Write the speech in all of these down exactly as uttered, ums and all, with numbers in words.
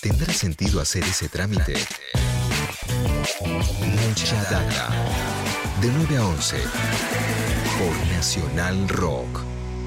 ¿Tendrá sentido hacer ese trámite? Mucha data. De nueve a once. Por Nacional Rock.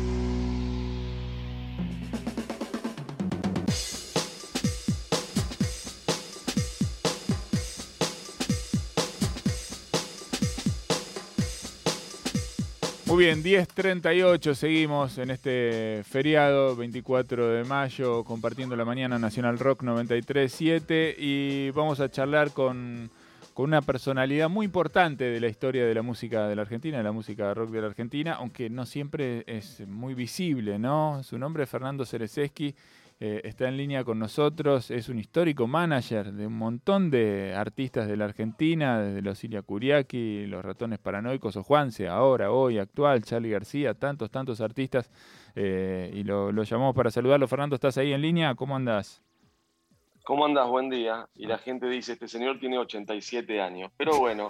Muy bien, diez treinta y ocho, seguimos en este feriado, veinticuatro de mayo, compartiendo la mañana Nacional Rock noventa y tres punto siete y vamos a charlar con, con una personalidad muy importante de la historia de la música de la Argentina, de la música rock de la Argentina, aunque no siempre es muy visible, ¿no? Su nombre es Fernando Sereseschi. Eh, está en línea con nosotros, es un histórico manager de un montón de artistas de la Argentina, desde los Ilia Kuriaki, los Ratones Paranoicos, o Juanse, ahora, hoy, actual, Charly García, tantos, tantos artistas, eh, y lo, lo llamamos para saludarlo. Fernando, ¿estás ahí en línea? ¿Cómo andás? ¿Cómo andás? Buen día. Y la gente dice, este señor tiene ochenta y siete años, pero bueno.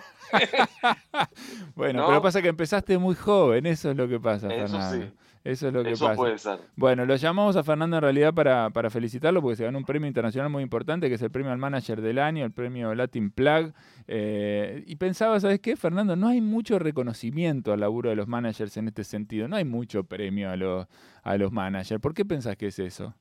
Bueno, ¿No? pero pasa que empezaste muy joven, eso es lo que pasa, Eso Fernando. sí. Eso es lo que Eso pasa. puede ser. Bueno, lo llamamos a Fernando en realidad para, para felicitarlo porque se ganó un premio internacional muy importante, que es el premio al manager del año, el premio Latin Plug. Eh, y pensaba, ¿sabes qué, Fernando? No hay mucho reconocimiento al laburo de los managers en este sentido. No hay mucho premio a los, a los managers. ¿Por qué pensás que es eso?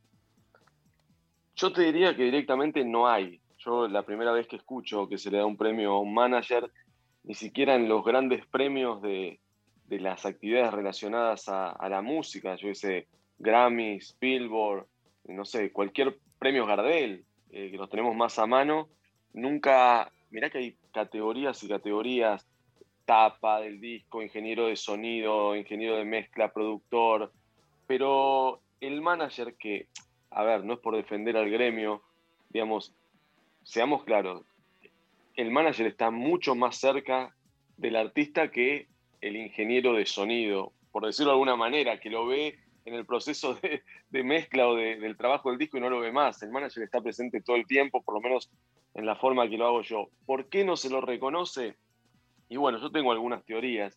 Yo te diría que directamente no hay. Yo la primera vez que escucho que se le da un premio a un manager, ni siquiera en los grandes premios de, de las actividades relacionadas a, a la música, yo sé, Grammy, Billboard, no sé, cualquier premio Gardel, eh, que los tenemos más a mano, nunca, mirá que hay categorías y categorías, tapa del disco, ingeniero de sonido, ingeniero de mezcla, productor, pero el manager que, a ver, no es por defender al gremio, digamos, seamos claros, el manager está mucho más cerca del artista que el ingeniero de sonido, por decirlo de alguna manera, que lo ve en el proceso de, de mezcla o de, del trabajo del disco y no lo ve más. El manager está presente todo el tiempo, por lo menos en la forma que lo hago yo. ¿Por qué no se lo reconoce? Y bueno, yo tengo algunas teorías.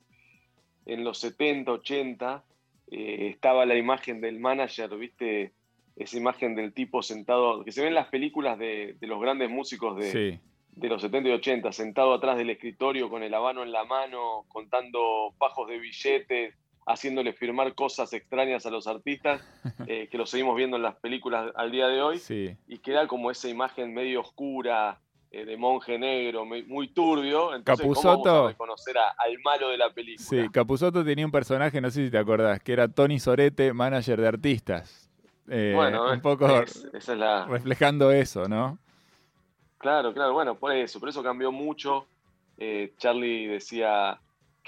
En los setenta, ochenta, eh, estaba la imagen del manager, ¿viste? Esa imagen del tipo sentado, que se ve en las películas de, de los grandes músicos de, Sí. de los setenta y ochenta, sentado atrás del escritorio con el habano en la mano, contando fajos de billetes, haciéndole firmar cosas extrañas a los artistas, eh, que lo seguimos viendo en las películas al día de hoy, Sí. y queda como esa imagen medio oscura, eh, de monje negro, muy turbio. Entonces, ¿cómo vamos a Capusotto, reconocer a, al malo de la película? sí, Capusotto tenía un personaje, no sé si te acordás, que era Tony Sorete, manager de artistas. Eh, Bueno, un poco es, esa es la... reflejando eso, ¿no? Claro, claro, bueno, por eso, por eso cambió mucho. Eh, Charly decía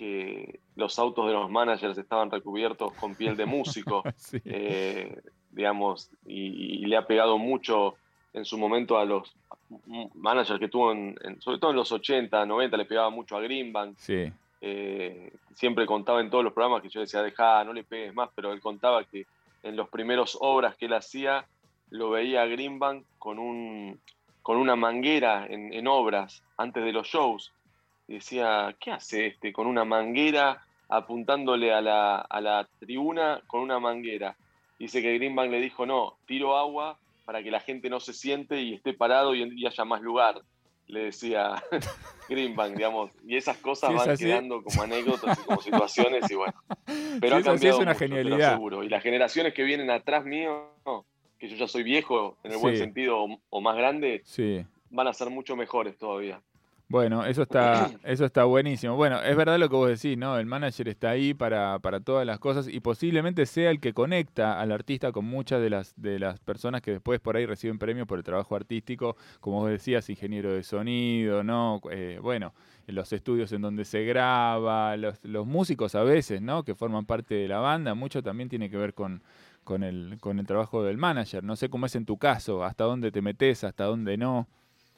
que los autos de los managers estaban recubiertos con piel de músico, Sí. eh, digamos, y, y le ha pegado mucho en su momento a los managers que tuvo, en, en, sobre todo en los ochenta, noventa, le pegaba mucho a Greenbank. Sí. Eh, siempre contaba en todos los programas que yo decía, dejá, no le pegues más, pero él contaba que en los primeros obras que él hacía, lo veía a Greenbank con un... con una manguera en, en obras antes de los shows, y decía, ¿qué hace este con una manguera apuntándole a la, a la tribuna con una manguera? Dice que Greenbank le dijo, no, tiro agua para que la gente no se siente y esté parado y, y haya más lugar, le decía Greenbank, digamos, y esas cosas Si es van así, quedando como anécdotas y como situaciones, y bueno, pero si ha es así, es cambiado una mucho, te lo genialidad. aseguro, y las generaciones que vienen atrás mío, que yo ya soy viejo en el buen Sí, sentido o, o más grande, sí. van a ser mucho mejores todavía. Bueno, eso está, eso está buenísimo. Bueno, es verdad lo que vos decís, ¿no? El manager está ahí para, para todas las cosas y posiblemente sea el que conecta al artista con muchas de las, de las personas que después por ahí reciben premios por el trabajo artístico, como vos decías, ingeniero de sonido, ¿no? Eh, bueno, en los estudios en donde se graba, los, los músicos a veces, ¿no? Que forman parte de la banda, mucho también tiene que ver con, con el, con el trabajo del manager. No sé cómo es en tu caso, hasta dónde te metes, hasta dónde no.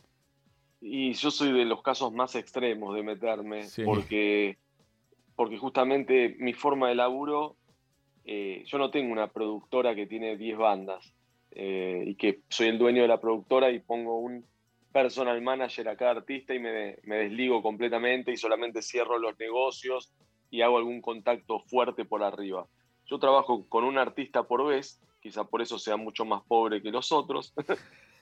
Y yo soy de los casos más extremos de meterme, Sí, porque, porque justamente mi forma de laburo, eh, yo no tengo una productora que tiene diez bandas, eh, y que soy el dueño de la productora y pongo un personal manager a cada artista y me, me desligo completamente y solamente cierro los negocios y hago algún contacto fuerte por arriba. Yo trabajo con un artista por vez, quizá por eso sea mucho más pobre que los otros,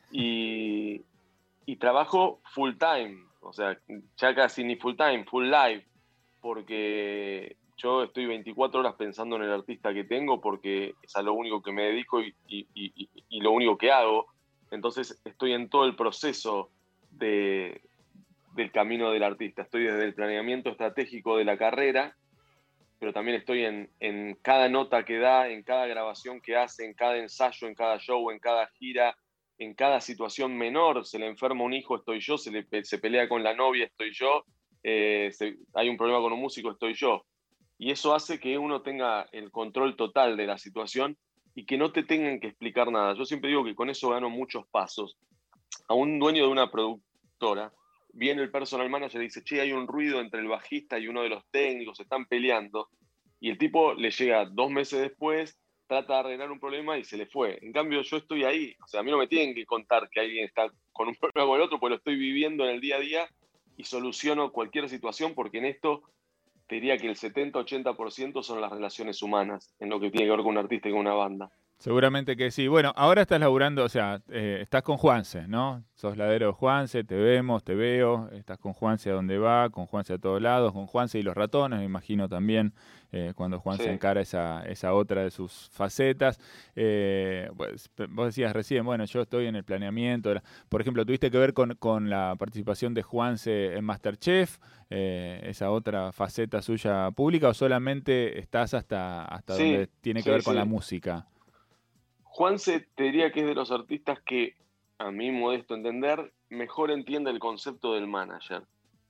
y, y trabajo full time, o sea, ya casi ni full time, full live, porque yo estoy veinticuatro horas pensando en el artista que tengo porque es a lo único que me dedico y, y, y, y lo único que hago. Entonces estoy en todo el proceso de, del camino del artista. Estoy desde el planeamiento estratégico de la carrera, pero también estoy en, en cada nota que da, en cada grabación que hace, en cada ensayo, en cada show, en cada gira, en cada situación menor. Se le enferma un hijo, estoy yo, se, le, se pelea con la novia, estoy yo, eh, se, hay un problema con un músico, estoy yo. Y eso hace que uno tenga el control total de la situación y que no te tengan que explicar nada. Yo siempre digo que con eso gano muchos pasos. A un dueño de una productora viene el personal manager y dice, che, hay un ruido entre el bajista y uno de los técnicos, se están peleando, y el tipo le llega dos meses después, trata de arreglar un problema y se le fue. En cambio, yo estoy ahí, o sea, a mí no me tienen que contar que alguien está con un problema con el otro, porque lo estoy viviendo en el día a día y soluciono cualquier situación, porque en esto te diría que el setenta a ochenta por ciento son las relaciones humanas, en lo que tiene que ver con un artista y con una banda. Seguramente que sí. Bueno, ahora estás laburando, o sea, eh, estás con Juanse, ¿no? Sos ladero de Juanse, te vemos, te veo, estás con Juanse a donde va, con Juanse a todos lados, con Juanse y los ratones, me imagino también, eh, cuando Juanse sí. encara esa, esa otra de sus facetas. Eh, pues, vos decías recién, bueno, yo estoy en el planeamiento. Por ejemplo, ¿tuviste que ver con, con la participación de Juanse en MasterChef, eh, esa otra faceta suya pública, o solamente estás hasta, hasta sí, donde tiene que sí, ver con sí. la música? Juanse te diría que es de los artistas que, a mi modesto entender, mejor entiende el concepto del manager.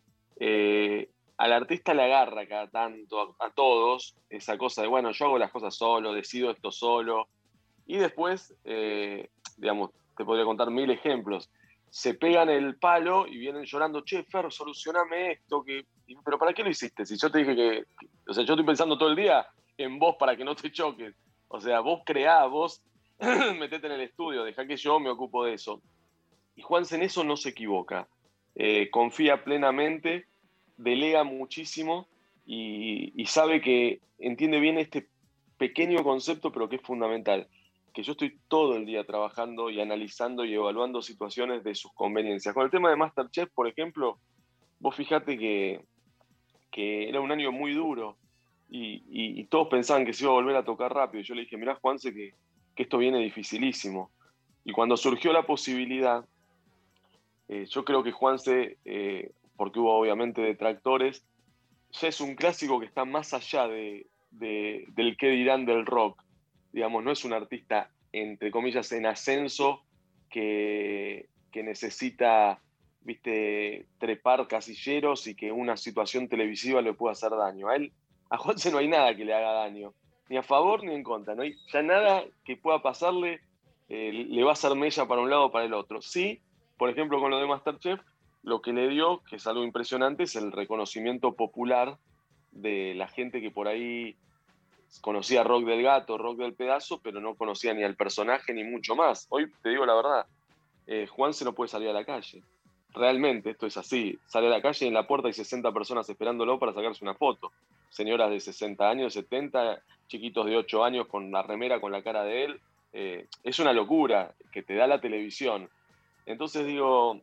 Eh, al artista le agarra cada tanto, a, a todos, esa cosa de, bueno, yo hago las cosas solo, decido esto solo. Y después, eh, digamos, te podría contar mil ejemplos. Se pegan el palo y vienen llorando, che, Fer, solucioname esto. Que... Pero ¿para qué lo hiciste? Si yo te dije que, que... O sea, yo estoy pensando todo el día en vos para que no te choques. O sea, vos creá, vos... metete en el estudio, deja que yo me ocupo de eso. Y Juanse en eso no se equivoca. Eh, confía plenamente, delega muchísimo y, y sabe que entiende bien este pequeño concepto, pero que es fundamental. Que yo estoy todo el día trabajando y analizando y evaluando situaciones de sus conveniencias. Con el tema de MasterChef, por ejemplo, vos fijate que, que era un año muy duro y, y, y todos pensaban que se iba a volver a tocar rápido. Yo le dije, mirá, Juanse, que que esto viene dificilísimo. Y cuando surgió la posibilidad, eh, yo creo que Juanse, eh, porque hubo obviamente detractores, ya es un clásico que está más allá de, de, del qué dirán del rock. Digamos, no es un artista, entre comillas, en ascenso que, que necesita, viste, trepar casilleros y que una situación televisiva le pueda hacer daño. A él, a Juanse no hay nada que le haga daño. Ni a favor ni en contra, no hay ya nada que pueda pasarle, eh, le va a hacer mella para un lado o para el otro. Sí, por ejemplo, con lo de MasterChef, lo que le dio, que es algo impresionante, es el reconocimiento popular de la gente que por ahí conocía Rock del Gato, Rock del Pedazo, pero no conocía ni al personaje ni mucho más. Hoy, te digo la verdad, eh, Juanse no puede salir a la calle. Realmente, esto es así. Sale a la calle y en la puerta hay sesenta personas esperándolo para sacarse una foto. Señoras de sesenta años, setenta, chiquitos de ocho años con la remera con la cara de él. Eh, es una locura que te da la televisión. Entonces digo,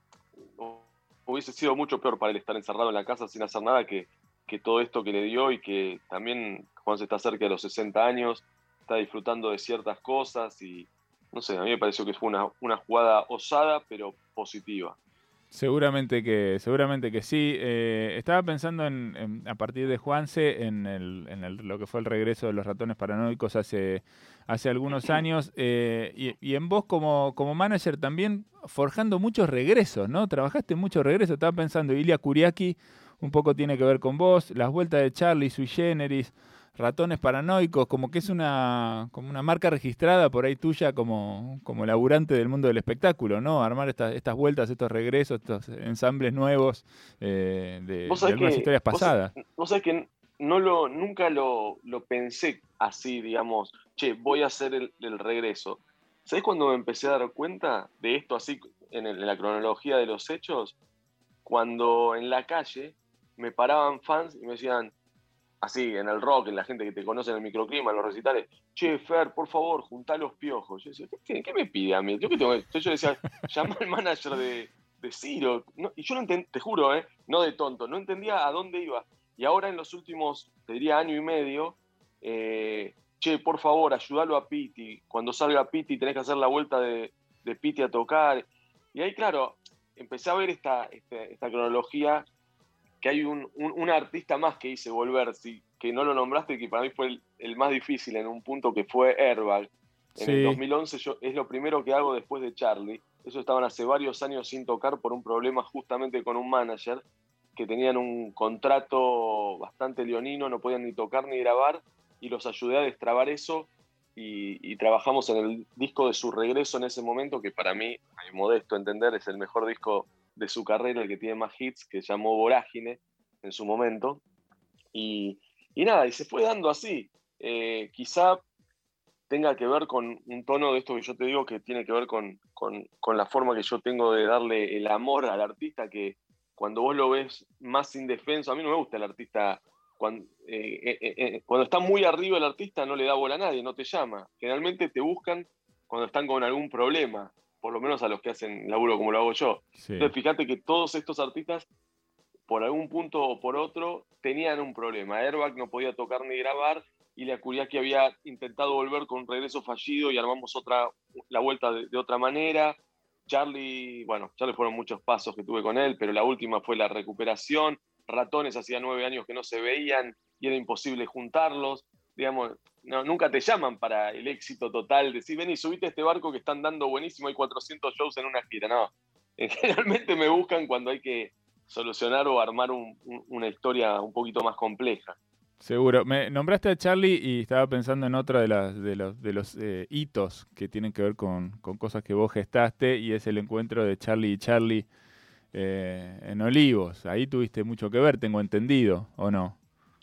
hubiese sido mucho peor para él estar encerrado en la casa sin hacer nada que, que todo esto que le dio, y que también Juan se está cerca de los sesenta años, está disfrutando de ciertas cosas y no sé, a mí me pareció que fue una, una jugada osada pero positiva. Seguramente que, seguramente que sí. Eh, estaba pensando en, en, a partir de Juanse, en, el, en el, lo que fue el regreso de los ratones paranoicos hace, hace algunos años, eh, y, y en vos como, como manager también forjando muchos regresos, ¿no? Trabajaste muchos regresos. Estaba pensando, Ilia Kuriaki un poco tiene que ver con vos, las vueltas de Charlie, Sui Generis, Ratones Paranoicos, como que es una, como una marca registrada por ahí tuya como, como laburante del mundo del espectáculo, ¿no? Armar estas, estas vueltas, estos regresos, estos ensambles nuevos eh, de, de algunas que, historias pasadas. Vos, vos sabés que no lo, nunca lo, lo pensé así, digamos, che, voy a hacer el, el regreso. ¿Sabés cuando me empecé a dar cuenta de esto así en, el, en la cronología de los hechos? Cuando en la calle me paraban fans y me decían, así, en el rock, en la gente que te conoce en el microclima, en los recitales, che, Fer, por favor, juntá los piojos. Yo decía, ¿qué, qué me pide a mí? ¿Yo qué tengo? Entonces yo decía, llama al manager de, de Ciro. No, y yo no entendía, te juro, ¿eh? No de tonto, no entendía a dónde iba. Y ahora en los últimos, te diría, año y medio, eh, che, por favor, ayúdalo a Piti. Cuando salga Piti tenés que hacer la vuelta de, de Piti a tocar. Y ahí, claro, empecé a ver esta, esta, esta cronología, que hay un, un, un artista más que hice volver, sí, que no lo nombraste, que para mí fue el, el más difícil en un punto, que fue Airbag. En Sí. el dos mil once yo, es lo primero que hago después de Charlie. Ellos estaban hace varios años sin tocar por un problema justamente con un manager, que tenían un contrato bastante leonino, no podían ni tocar ni grabar, y los ayudé a destrabar eso, y, y trabajamos en el disco de su regreso en ese momento, que para mí, a mi modesto entender, es el mejor disco de su carrera, el que tiene más hits, que se llamó Vorágine en su momento. Y, y nada, y se fue dando así. Eh, quizá tenga que ver con un tono de esto que yo te digo, que tiene que ver con, con, con la forma que yo tengo de darle el amor al artista, que cuando vos lo ves más indefenso, a mí no me gusta el artista, cuando, eh, eh, eh, cuando está muy arriba el artista no le da bola a nadie, no te llama. Generalmente te buscan cuando están con algún problema, por lo menos a los que hacen laburo como lo hago yo. Sí. Entonces fíjate que todos estos artistas, por algún punto o por otro, tenían un problema. Airbag no podía tocar ni grabar, y la Kuriaki había intentado volver con un regreso fallido y armamos otra, la vuelta de, de otra manera. Charlie, bueno, ya le fueron muchos pasos que tuve con él, pero la última fue la recuperación. Ratones hacía nueve años que no se veían y era imposible juntarlos. Digamos, no, nunca te llaman para el éxito total. Decís, ven y subite a este barco que están dando buenísimo, hay cuatrocientos shows en una gira. No, generalmente me buscan cuando hay que solucionar o armar un, un, una historia un poquito más compleja. Seguro. Me nombraste a Charlie y estaba pensando en otra de, las, de los, de los eh, hitos que tienen que ver con, con cosas que vos gestaste, y es el encuentro de Charlie y Charlie eh, en Olivos. Ahí tuviste mucho que ver, tengo entendido, ¿o no?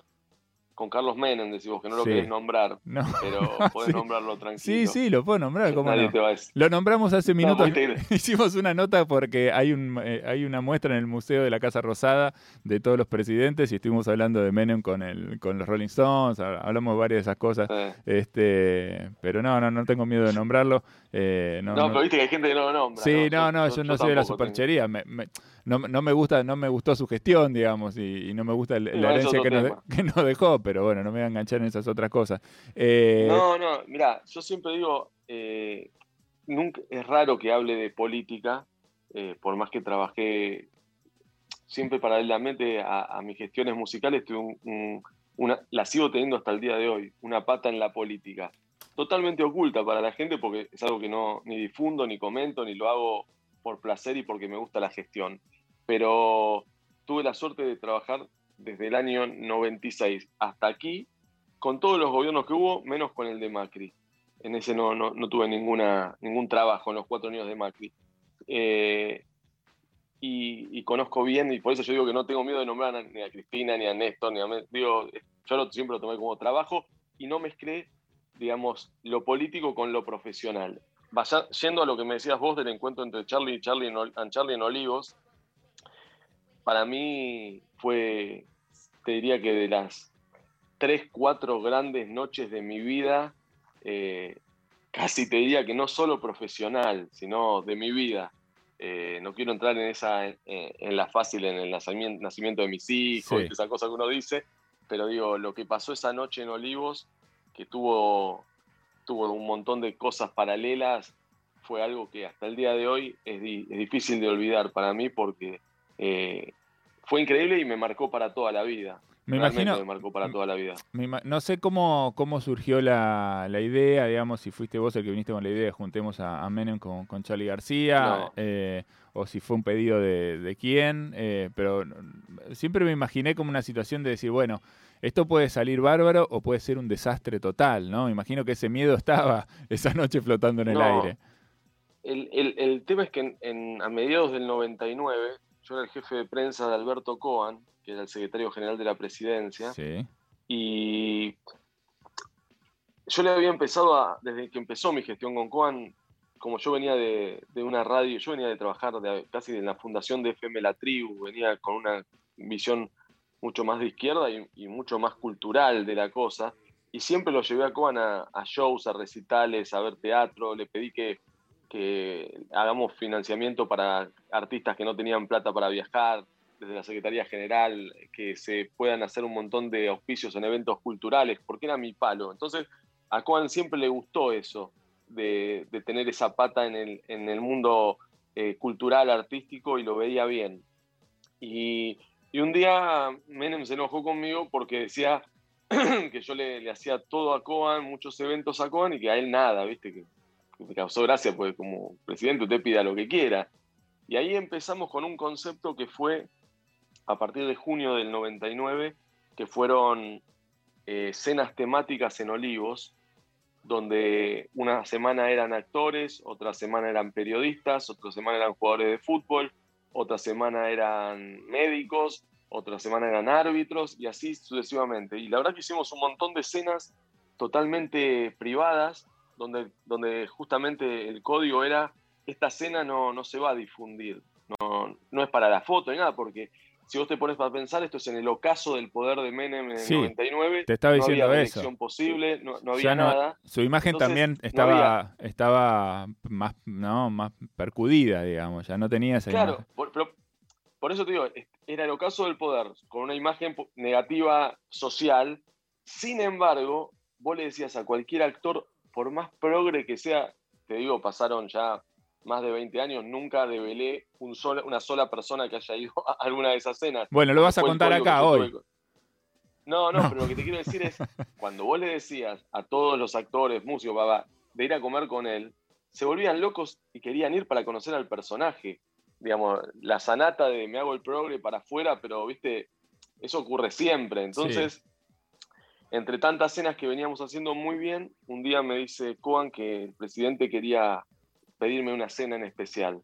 Con Carlos Menem, decís vos, que no lo Sí. querés nombrar, No. pero podés Sí. nombrarlo tranquilo. Sí, sí, lo puedo nombrar, ¿cómo Nadie no? te va a decir. Lo nombramos hace No, minutos. muy te- Hicimos una nota porque hay, un, eh, hay una muestra en el Museo de la Casa Rosada de todos los presidentes, y estuvimos hablando de Menem con, el, con los Rolling Stones, ha- hablamos de varias de esas cosas. Eh. Este, pero no, no, no tengo miedo de nombrarlo. Eh, no, No, no- pero viste que hay gente que no lo nombra. Sí, no, no, yo, yo, yo no soy de la tampoco tengo. superchería. Me, me- no, no me gusta, no me gustó su gestión, digamos, y, y no me gusta el- Sí, la es herencia otro que nos, de- tema. que nos dejó, pero bueno, no me voy a enganchar en esas otras cosas. Eh, No, no, mirá, yo siempre digo, eh, nunca, es raro que hable de política, eh, por más que trabajé siempre paralelamente a, a mis gestiones musicales, tuve un, un, una, la sigo teniendo hasta el día de hoy, una pata en la política. Totalmente oculta para la gente, porque es algo que no ni difundo, ni comento, ni lo hago por placer y porque me gusta la gestión. Pero tuve la suerte de trabajar desde el año noventa y seis hasta aquí, con todos los gobiernos que hubo, menos con el de Macri. En ese no, no, no tuve ninguna, ningún trabajo en los cuatro años de Macri. Eh, y, y conozco bien, y por eso yo digo que no tengo miedo de nombrar a, ni a Cristina, ni a Néstor, ni a... Digo, yo lo, siempre lo tomé como trabajo y no mezclé, digamos, lo político con lo profesional. Vaya, yendo a lo que me decías vos del encuentro entre Charlie y Charlie en, and Charlie en Olivos, para mí fue, te diría que de las tres, cuatro grandes noches de mi vida, eh, casi te diría que no solo profesional, sino de mi vida. Eh, no quiero entrar en esa en, en la fácil, en el nacimiento, nacimiento de mis hijos, Sí. esa cosa que uno dice, pero digo, lo que pasó esa noche en Olivos, que tuvo, tuvo un montón de cosas paralelas, fue algo que hasta el día de hoy es, di, es difícil de olvidar para mí, porque eh, fue increíble y me marcó para toda la vida. Me Realmente imagino, me marcó para toda la vida. me ima- no sé cómo, cómo surgió la, la idea, digamos, si fuiste vos el que viniste con la idea de juntemos a, a Menem con, con Charly García, No. eh, o si fue un pedido de, de quién, eh, pero siempre me imaginé como una situación de decir, bueno, esto puede salir bárbaro o puede ser un desastre total, ¿no? Me imagino que ese miedo estaba esa noche flotando en el No. aire. El, el, el tema es que en, en, a mediados del noventa y nueve, yo era el jefe de prensa de Alberto Cohen, que era el secretario general de la presidencia, Sí. y yo le había empezado, a, desde que empezó mi gestión con Cohen, como yo venía de, de una radio, yo venía de trabajar de, casi en la fundación de F M La Tribu, venía con una visión mucho más de izquierda y, y mucho más cultural de la cosa. Y siempre lo llevé a Cohen a, a shows, a recitales, a ver teatro. Le pedí que, que hagamos financiamiento para artistas que no tenían plata para viajar, desde la Secretaría General, que se puedan hacer un montón de auspicios en eventos culturales, porque era mi palo. Entonces, a Cohen siempre le gustó eso, de, de tener esa pata en el, en el mundo eh, cultural, artístico, y lo veía bien. Y, y un día Menem se enojó conmigo porque decía que yo le, le hacía todo a Cohen, muchos eventos a Cohen, y que a él nada, ¿viste? Que, que me causó gracia, porque como presidente usted pida lo que quiera. Y ahí empezamos con un concepto que fue a partir de junio del noventa y nueve, que fueron eh, cenas temáticas en Olivos, donde una semana eran actores, otra semana eran periodistas, otra semana eran jugadores de fútbol, otra semana eran médicos, otra semana eran árbitros, y así sucesivamente. Y la verdad que hicimos un montón de escenas totalmente privadas, donde, donde justamente el código era: esta cena no, no se va a difundir, no, no es para la foto ni nada, porque si vos te pones para pensar, esto es en el ocaso del poder de Menem en el Sí, noventa y nueve, te estaba no había diciendo reelección eso. posible, no, no Ya había no, nada. su imagen Entonces, también no estaba, había, estaba más, no, más percudida, digamos, ya no tenía esa imagen. claro, por, pero por eso te digo, era el ocaso del poder, con una imagen negativa social. Sin embargo, vos le decías a cualquier actor, por más progre que sea, te digo, pasaron ya más de veinte años, nunca develé un solo, una sola persona que haya ido a alguna de esas cenas, Bueno, lo porque vas a fue el contar código que acá yo hoy. tuve. No, no, No. pero lo que te quiero decir es, cuando vos le decías a todos los actores, músicos, babá, de ir a comer con él, se volvían locos y querían ir para conocer al personaje. Digamos, la sanata de me hago el progre para afuera, pero, viste, eso ocurre siempre. Sí. Entonces, entre tantas cenas que veníamos haciendo muy bien, un día me dice Cohen que el presidente quería pedirme una cena en especial.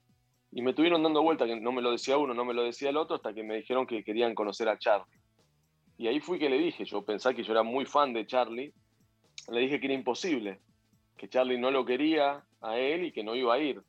Y me tuvieron dando vuelta, que no me lo decía uno, no me lo decía el otro, hasta que me dijeron que querían conocer a Charlie. Y ahí fui que le dije, yo pensaba que yo era muy fan de Charlie, le dije que era imposible, que Charlie no lo quería a él y que no iba a ir.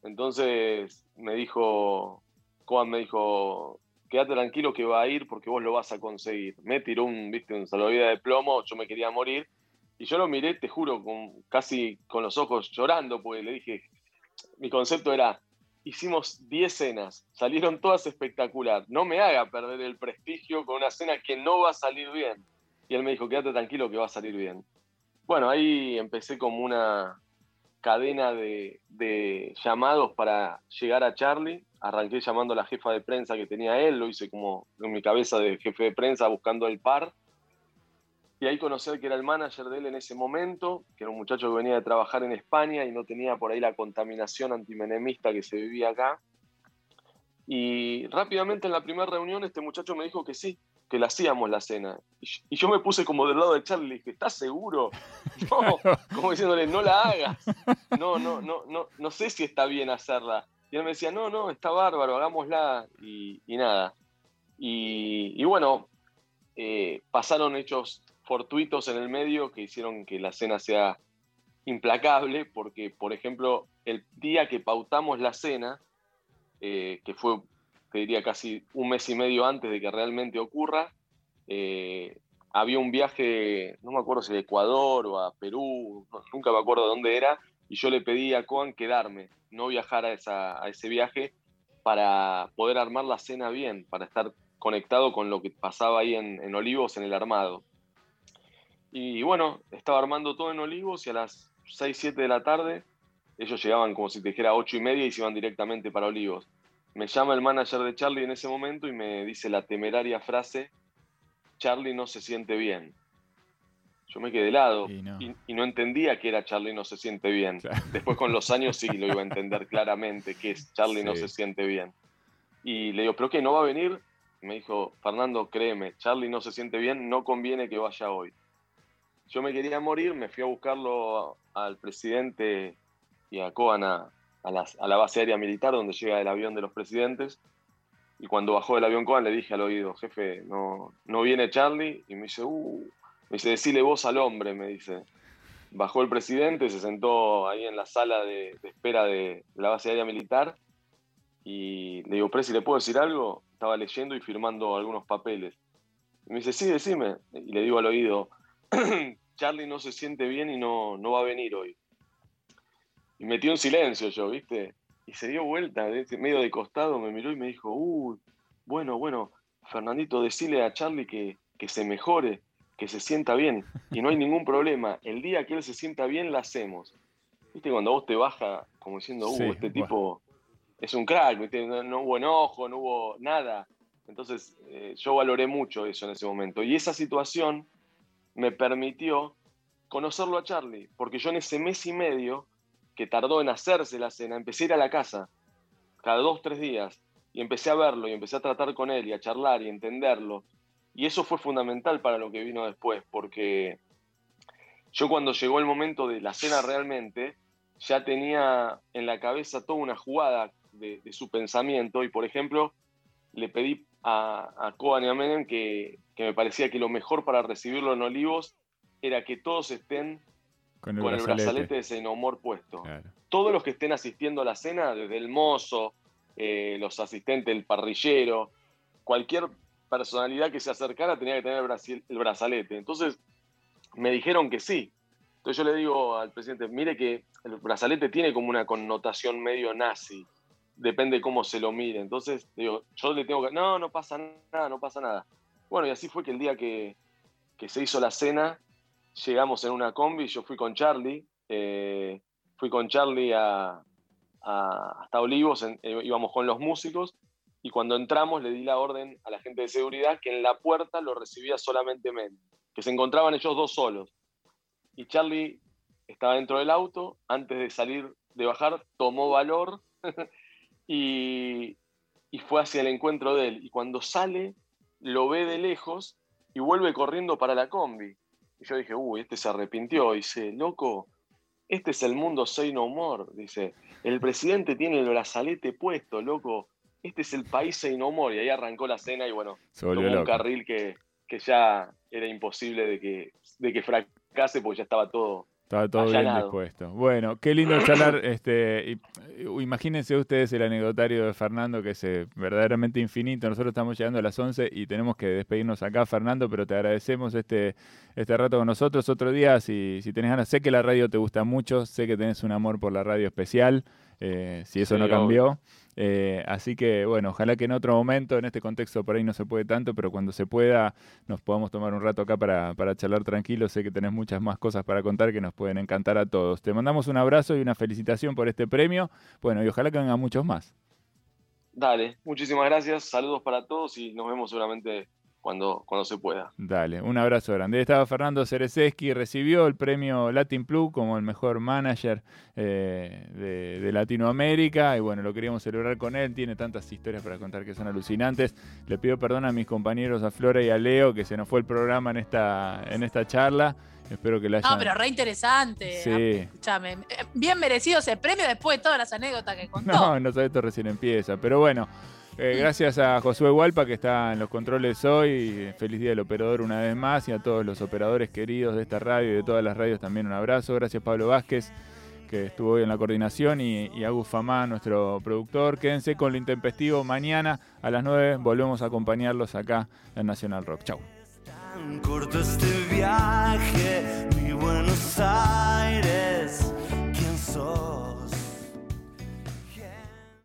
Entonces me dijo, Cohen me dijo, quédate tranquilo que va a ir porque vos lo vas a conseguir. Me tiró un, viste, un salvavidas de plomo, yo me quería morir. Y yo lo miré, te juro, con, casi con los ojos llorando, porque le dije, mi concepto era, hicimos diez cenas, salieron todas espectacular, no me haga perder el prestigio con una cena que no va a salir bien. Y él me dijo, quédate tranquilo que va a salir bien. Bueno, ahí empecé como una cadena de, de llamados para llegar a Charlie. Arranqué llamando a la jefa de prensa que tenía él, lo hice como en mi cabeza de jefe de prensa buscando el par. Y ahí conocí al que era el manager de él en ese momento, que era un muchacho que venía de trabajar en España y no tenía por ahí la contaminación antimenemista que se vivía acá. Y rápidamente en la primera reunión este muchacho me dijo que sí, que la hacíamos la cena. Y yo me puse como del lado de Charlie y le dije, ¿estás seguro? No, como diciéndole, no la hagas. No, no, no, no, no sé si está bien hacerla. Y él me decía, no, no, está bárbaro, hagámosla. Y, y nada. Y, y bueno, eh, pasaron hechos fortuitos en el medio que hicieron que la cena sea implacable, porque, por ejemplo, el día que pautamos la cena, eh, que fue, te diría, casi un mes y medio antes de que realmente ocurra, eh, había un viaje, no me acuerdo si a Ecuador o a Perú, no, nunca me acuerdo de dónde era, y yo le pedí a Cohen quedarme, no viajar a, esa, a ese viaje, para poder armar la cena bien, para estar conectado con lo que pasaba ahí en, en Olivos, en el armado. Y bueno, estaba armando todo en Olivos y a las seis, siete de la tarde, ellos llegaban como si te dijera ocho y media y se iban directamente para Olivos. Me llama el manager de Charlie en ese momento y me dice la temeraria frase, Charlie no se siente bien. Yo me quedé helado Y no. y, y no entendía que era Charlie no se siente bien. Claro. Después con los años sí lo iba a entender claramente que es Charlie Sí. no se siente bien. Y le digo, ¿pero qué? ¿No va a venir? Me dijo, Fernando, créeme, Charlie no se siente bien, no conviene que vaya hoy. Yo me quería morir, me fui a buscarlo al presidente y a Cohen a, a, la, a la base aérea militar donde llega el avión de los presidentes. Y cuando bajó del avión Cohen le dije al oído, jefe, no, no viene Charlie. Y me dice, uh, me dice, decile vos al hombre, me dice. Bajó el presidente, se sentó ahí en la sala de, de espera de, de la base aérea militar. Y le digo, Presi, ¿le puedo decir algo? estaba leyendo y firmando algunos papeles. Y me dice, sí, decime. Y le digo al oído, Charlie no se siente bien y no, no va a venir hoy. Y metió un silencio yo, ¿viste? Y se dio vuelta, medio de costado, me miró y me dijo, uy, bueno, bueno, Fernandito, decile a Charlie que, que se mejore, que se sienta bien. Y no hay ningún problema. El día que él se sienta bien, la hacemos. ¿Viste? Cuando vos te baja como diciendo, uh, sí, este bueno. tipo es un crack, ¿viste? No, no hubo enojo, no hubo nada. Entonces, eh, yo valoré mucho eso en ese momento. Y esa situación me permitió conocerlo a Charlie, porque yo en ese mes y medio que tardó en hacerse la cena, empecé a ir a la casa cada dos, tres días y empecé a verlo y empecé a tratar con él y a charlar y a entenderlo. Y eso fue fundamental para lo que vino después, porque yo cuando llegó el momento de la cena realmente, ya tenía en la cabeza toda una jugada de, de su pensamiento y, por ejemplo, le pedí a, a Kogan y a Menem que, que me parecía que lo mejor para recibirlo en Olivos era que todos estén con el, con brazalete. el brazalete de Seinomor puesto. Claro. Todos los que estén asistiendo a la cena, desde el mozo, eh, los asistentes, el parrillero, cualquier personalidad que se acercara tenía que tener el, brasil, el brazalete. Entonces me dijeron que sí. Entonces yo le digo al presidente, mire que el brazalete tiene como una connotación medio nazi, depende cómo se lo mire. Entonces digo, yo le tengo que, no, no pasa nada, no pasa nada. Bueno, y así fue que el día que, que se hizo la cena, llegamos en una combi, yo fui con Charlie, eh, fui con Charlie a, a, hasta Olivos, en, eh, íbamos con los músicos, y cuando entramos le di la orden a la gente de seguridad que en la puerta lo recibía solamente Menem, que se encontraban ellos dos solos. Y Charlie estaba dentro del auto, antes de salir, de bajar, tomó valor y, y fue hacia el encuentro de él. Y cuando sale, lo ve de lejos y vuelve corriendo para la combi. Y yo dije, uy, este se arrepintió. Y dice, loco, este es el mundo Say No More. Dice, el presidente tiene el brazalete puesto, loco. Este es el país Say No More. Y ahí arrancó la cena y bueno, tomó un carril que, que ya era imposible de que, de que fracase porque ya estaba todo Estaba todo allanado. Bien dispuesto. Bueno, qué lindo charlar. Este, y, imagínense ustedes el anecdotario de Fernando, que es eh, verdaderamente infinito. Nosotros estamos llegando a las once y tenemos que despedirnos acá, Fernando, pero te agradecemos este, este rato con nosotros. Otro día, si, si tenés ganas, sé que la radio te gusta mucho, sé que tenés un amor por la radio especial, eh, si eso sí, no cambió. Eh, así que, bueno, ojalá que en otro momento, en este contexto por ahí no se puede tanto, pero cuando se pueda nos podamos tomar un rato acá para, para charlar tranquilos. Sé que tenés muchas más cosas para contar que nos pueden encantar a todos. Te mandamos un abrazo y una felicitación por este premio. Bueno, y ojalá que vengan muchos más. Dale, muchísimas gracias, saludos para todos y nos vemos seguramente cuando, cuando se pueda. Dale, un abrazo grande. Ahí estaba Fernando Cerezeski, recibió el premio Latin Plus como el mejor manager eh, de, de Latinoamérica y bueno, lo queríamos celebrar con él, tiene tantas historias para contar que son alucinantes. Le pido perdón a mis compañeros, a Flora y a Leo, que se nos fue el programa en esta, en esta charla. Espero que la hayan... No, pero re interesante. Sí. Escuchame, bien merecido ese premio después de todas las anécdotas que contó. No, no sabes, esto recién empieza, pero bueno. Eh, gracias a Josué Hualpa, que está en los controles hoy. Feliz Día del Operador una vez más. Y a todos los operadores queridos de esta radio y de todas las radios también un abrazo. Gracias Pablo Vázquez, que estuvo hoy en la coordinación, y, y a Gus Famá, nuestro productor. Quédense con Lo Intempestivo. Mañana a las nueve volvemos a acompañarlos acá en Nacional Rock. Chau. Tan corto este viaje, mi Buenos Aires.